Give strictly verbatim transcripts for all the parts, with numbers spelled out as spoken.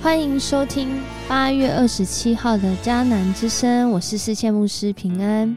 欢迎收听八月二十七号的迦南之声，我是思倩牧师平安。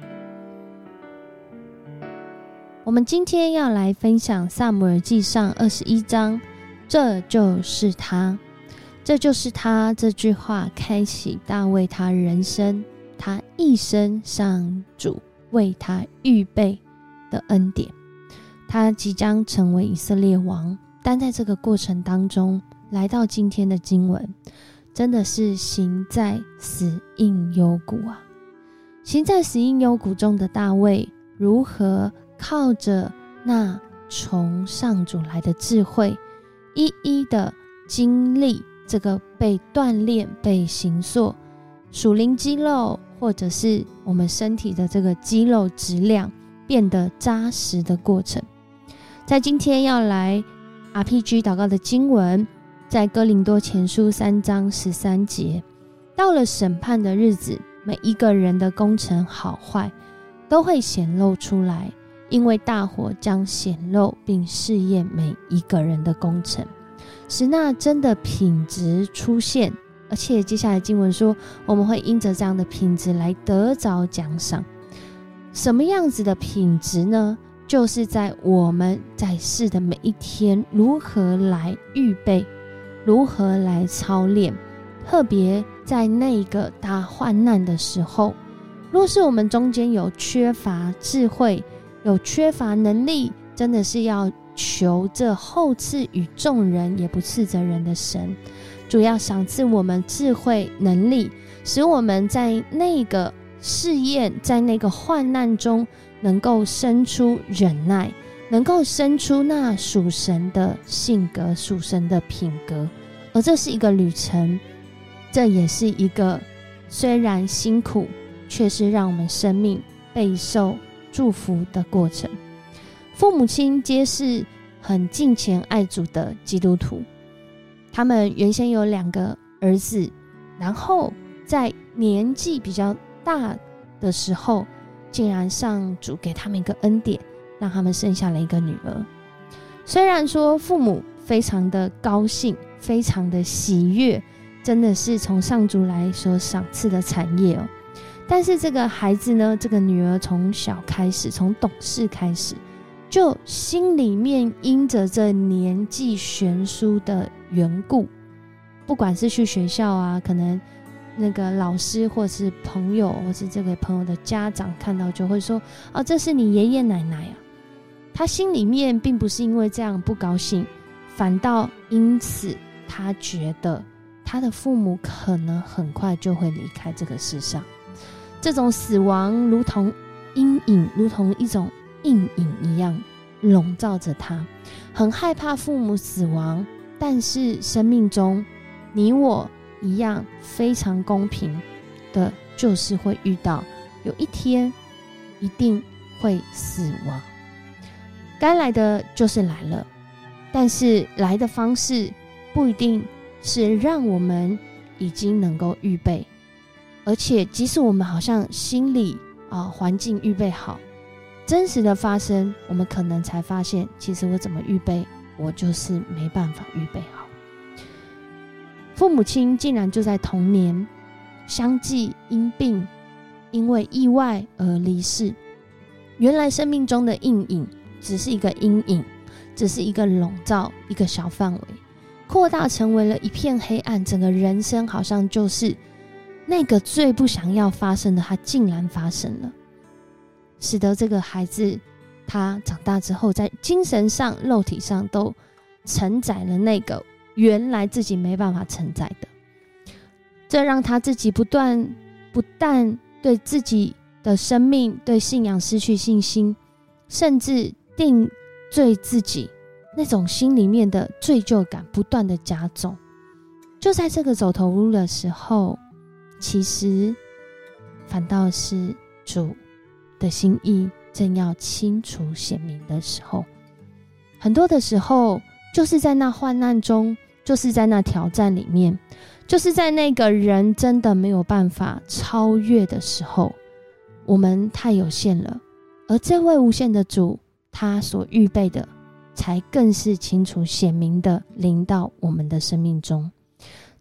我们今天要来分享撒母耳记上二十一章，这就是他，这就是他这句话开启大卫他人生，他一生上主为他预备的恩典。他即将成为以色列王，但在这个过程当中，来到今天的经文，真的是行在死荫幽谷啊！行在死荫幽谷中的大卫，如何靠着那从上主来的智慧，一一的经历这个被锻炼、被形塑属灵肌肉，或者是我们身体的这个肌肉质量变得扎实的过程。在今天要来 R P G 祷告的经文，在哥林多前书三章十三节，到了审判的日子，每一个人的工程好坏都会显露出来，因为大火将显露并试验每一个人的工程，使那真的品质出现。而且接下来经文说，我们会因着这样的品质来得着奖赏。什么样子的品质呢？就是在我们在世的每一天，如何来预备，如何来操练，特别在那个大患难的时候，若是我们中间有缺乏智慧，有缺乏能力，真的是要求这后赐与众人也不赐责人的神，主要赏赐我们智慧能力，使我们在那个试验，在那个患难中能够生出忍耐，能够生出那属神的性格，属神的品格。而这是一个旅程，这也是一个虽然辛苦，却是让我们生命备受祝福的过程。父母亲皆是很敬虔爱主的基督徒，他们原先有两个儿子，然后在年纪比较大的时候，竟然上主给他们一个恩典，让他们生下了一个女儿。虽然说父母非常的高兴，非常的喜悦，真的是从上主来所赏赐的产业哦。但是这个孩子呢，这个女儿从小开始，从懂事开始，就心里面因着这年纪悬殊的缘故，不管是去学校啊，可能那个老师或是朋友，或是这个朋友的家长看到就会说，哦，这是你爷爷奶奶啊。他心里面并不是因为这样不高兴，反倒因此他觉得他的父母可能很快就会离开这个世上。这种死亡如同阴影，如同一种阴影一样笼罩着他，很害怕父母死亡。但是生命中你我一样非常公平的，就是会遇到有一天一定会死亡，该来的就是来了，但是来的方式不一定是让我们已经能够预备，而且即使我们好像心里啊环境预备好，真实的发生，我们可能才发现，其实我怎么预备，我就是没办法预备好。父母亲竟然就在童年相继因病，因为意外而离世。原来生命中的阴影只是一个阴影，只是一个笼罩，一个小范围，扩大成为了一片黑暗，整个人生好像就是那个最不想要发生的，它竟然发生了，使得这个孩子他长大之后，在精神上肉体上都承载了那个原来自己没办法承载的，这让他自己不断不但对自己的生命对信仰失去信心，甚至定罪自己，那种心里面的罪疚感不断的加重。就在这个走投无路的时候，其实反倒是主的心意正要清楚显明的时候，很多的时候就是在那患难中，就是在那挑战里面，就是在那个人真的没有办法超越的时候，我们太有限了，而这位无限的主，他所预备的才更是清楚显明的临到我们的生命中。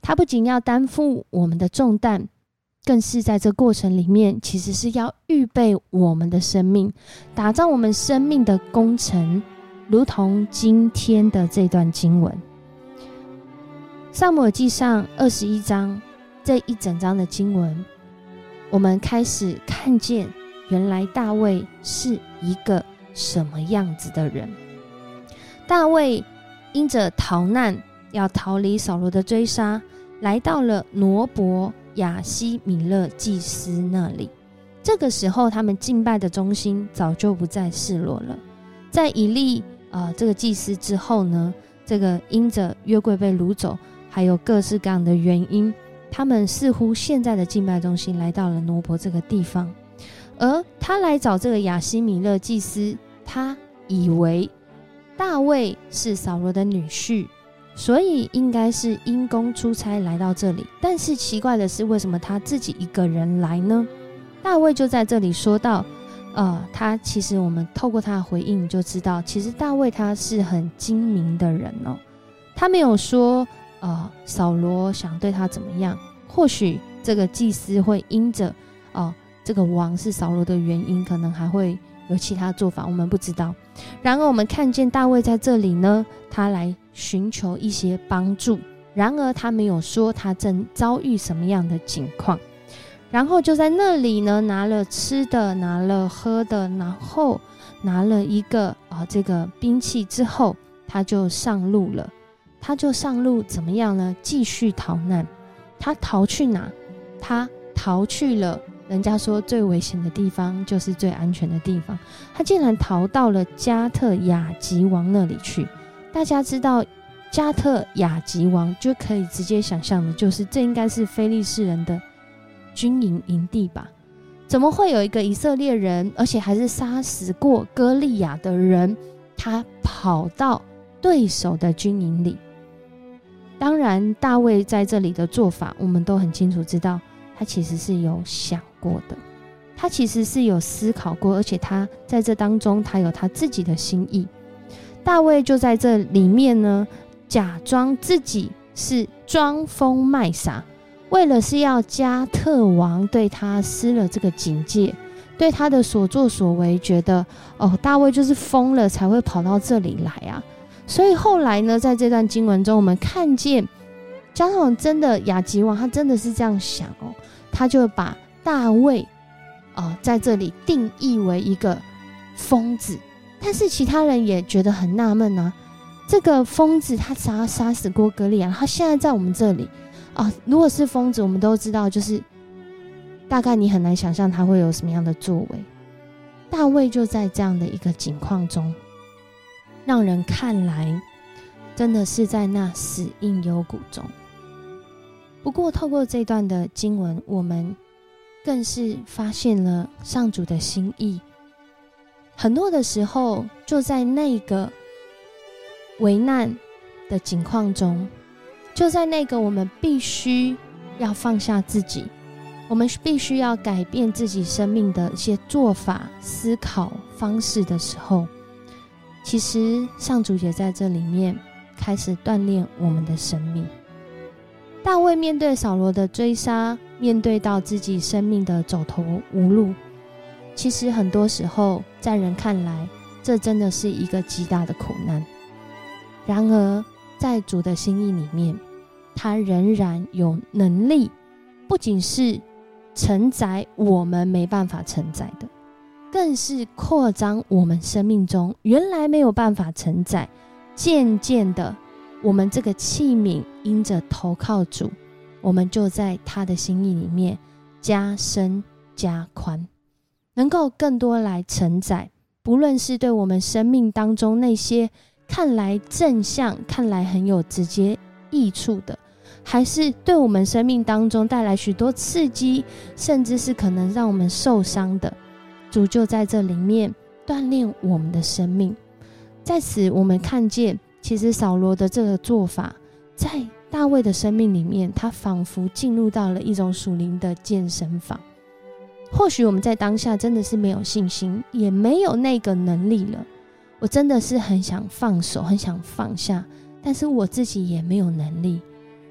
他不仅要担负我们的重担，更是在这过程里面其实是要预备我们的生命，打造我们生命的工程，如同今天的这段经文撒母耳记上二十一章这一整章的经文，我们开始看见原来大卫是一个什么样子的人。大卫因着逃难，要逃离扫罗的追杀，来到了挪伯亚希米勒祭司那里。这个时候他们敬拜的中心早就不在示罗了。在以利、呃、这个祭司之后呢，这个因着约柜被掳走，还有各式各样的原因，他们似乎现在的敬拜中心来到了挪伯这个地方。而他来找这个亚希米勒祭司，他以为大卫是扫罗的女婿，所以应该是因公出差来到这里。但是奇怪的是，为什么他自己一个人来呢？大卫就在这里说到呃，他其实我们透过他的回应就知道，其实大卫他是很精明的人哦。他没有说呃，扫罗想对他怎么样，或许这个祭司会因着呃这个王是扫罗的原因，可能还会有其他做法，我们不知道。然而我们看见大卫在这里呢，他来寻求一些帮助，然而他没有说他正遭遇什么样的境况。然后就在那里呢，拿了吃的，拿了喝的，然后拿了一个、呃、这个兵器之后，他就上路了。他就上路怎么样呢？继续逃难。他逃去哪？他逃去了人家说最危险的地方就是最安全的地方，他竟然逃到了加特雅吉王那里去。大家知道加特雅吉王，就可以直接想象的就是这应该是非利士人的军营营地吧？怎么会有一个以色列人，而且还是杀死过歌利亚的人，他跑到对手的军营里？当然大卫在这里的做法我们都很清楚知道，他其实是有想过的，他其实是有思考过，而且他在这当中他有他自己的心意。大卫就在这里面呢，假装自己是装疯卖傻，为了是要加特王对他施了这个警戒，对他的所作所为觉得哦，大卫就是疯了才会跑到这里来啊。所以后来呢，在这段经文中我们看见加特王真的亚吉王他真的是这样想哦，他就把大卫、呃、在这里定义为一个疯子。但是其他人也觉得很纳闷啊，这个疯子他杀杀死过歌利亚，他现在在我们这里啊，如果是疯子我们都知道就是大概你很难想象他会有什么样的作为。大卫就在这样的一个境况中，让人看来真的是在那死荫幽谷中。不过透过这段的经文，我们更是发现了上主的心意。很多的时候就在那个危难的境况中，就在那个我们必须要放下自己，我们必须要改变自己生命的一些做法、思考方式的时候，其实上主也在这里面开始锻炼我们的生命。大卫面对扫罗的追杀，面对到自己生命的走投无路，其实很多时候在人看来这真的是一个极大的苦难。然而在主的心意里面，他仍然有能力，不仅是承载我们没办法承载的，更是扩张我们生命中原来没有办法承载。渐渐的我们这个器皿因着投靠主，我们就在他的心意里面加深加宽，能够更多来承载，不论是对我们生命当中那些看来正向、看来很有直接益处的，还是对我们生命当中带来许多刺激，甚至是可能让我们受伤的，主就在这里面锻炼我们的生命。在此我们看见其实扫罗的这个做法，在大卫的生命里面，他仿佛进入到了一种属灵的健身房。或许我们在当下真的是没有信心，也没有那个能力了，我真的是很想放手，很想放下，但是我自己也没有能力。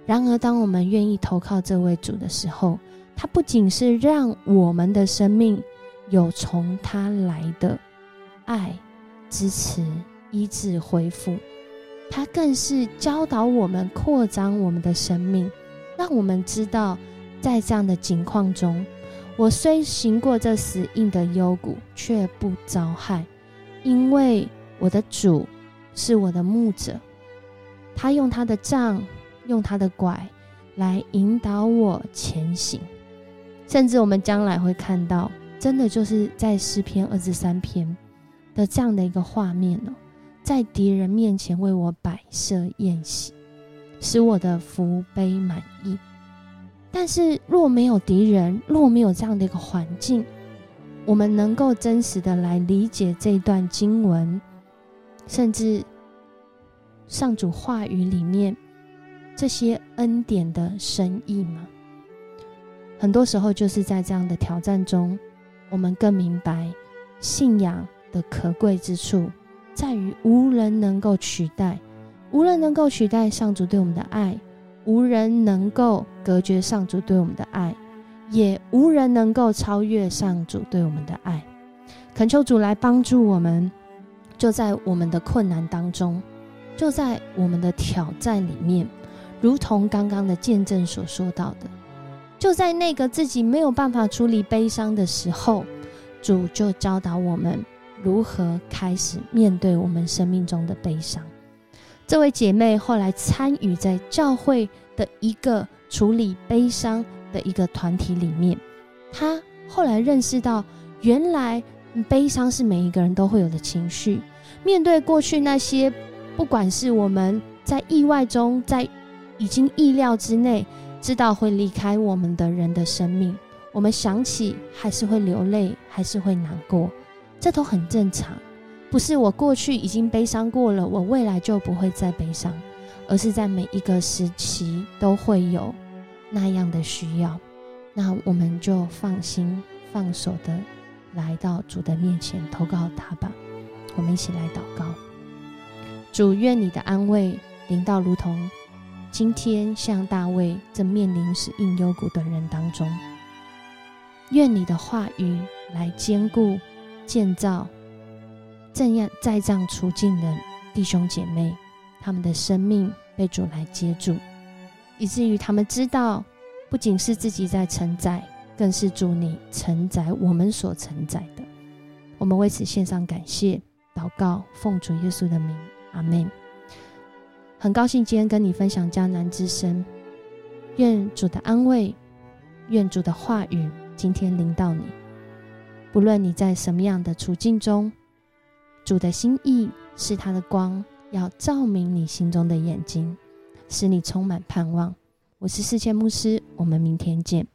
然而当我们愿意投靠这位主的时候，他不仅是让我们的生命有从他来的爱、支持、医治、恢复，他更是教导我们扩张我们的生命，让我们知道在这样的境况中，我虽行过这死荫的幽谷，却不遭害，因为我的主是我的牧者，他用他的杖，用他的拐来引导我前行。甚至我们将来会看到，真的就是在诗篇二十三篇的这样的一个画面哦，在敌人面前为我摆设宴席，使我的福杯满溢。但是若没有敌人，若没有这样的一个环境，我们能够真实的来理解这一段经文，甚至上主话语里面这些恩典的深意吗？很多时候就是在这样的挑战中，我们更明白信仰的可贵之处在于无人能够取代，无人能够取代上主对我们的爱，无人能够隔绝上主对我们的爱，也无人能够超越上主对我们的爱。恳求主来帮助我们，就在我们的困难当中，就在我们的挑战里面，如同刚刚的见证所说到的，就在那个自己没有办法处理悲伤的时候，主就教导我们如何开始面对我们生命中的悲伤。这位姐妹后来参与在教会的一个处理悲伤的一个团体里面，她后来认识到，原来悲伤是每一个人都会有的情绪。面对过去那些不管是我们在意外中，在已经意料之内知道会离开我们的人的生命，我们想起还是会流泪，还是会难过，这都很正常。不是我过去已经悲伤过了，我未来就不会再悲伤，而是在每一个时期都会有那样的需要。那我们就放心放手的来到主的面前投靠他吧。我们一起来祷告。主，愿你的安慰临到如同今天像大卫正面临死荫幽谷的人当中，愿你的话语来坚固建造这样在这样处境的弟兄姐妹，他们的生命被主来接住，以至于他们知道不仅是自己在承载，更是主你承载我们所承载的。我们为此献上感谢祷告，奉主耶稣的名，阿们。很高兴今天跟你分享迦南之声，愿主的安慰，愿主的话语今天临到你。不论你在什么样的处境中，主的心意是他的光，要照明你心中的眼睛，使你充满盼望。我是世界牧师，我们明天见。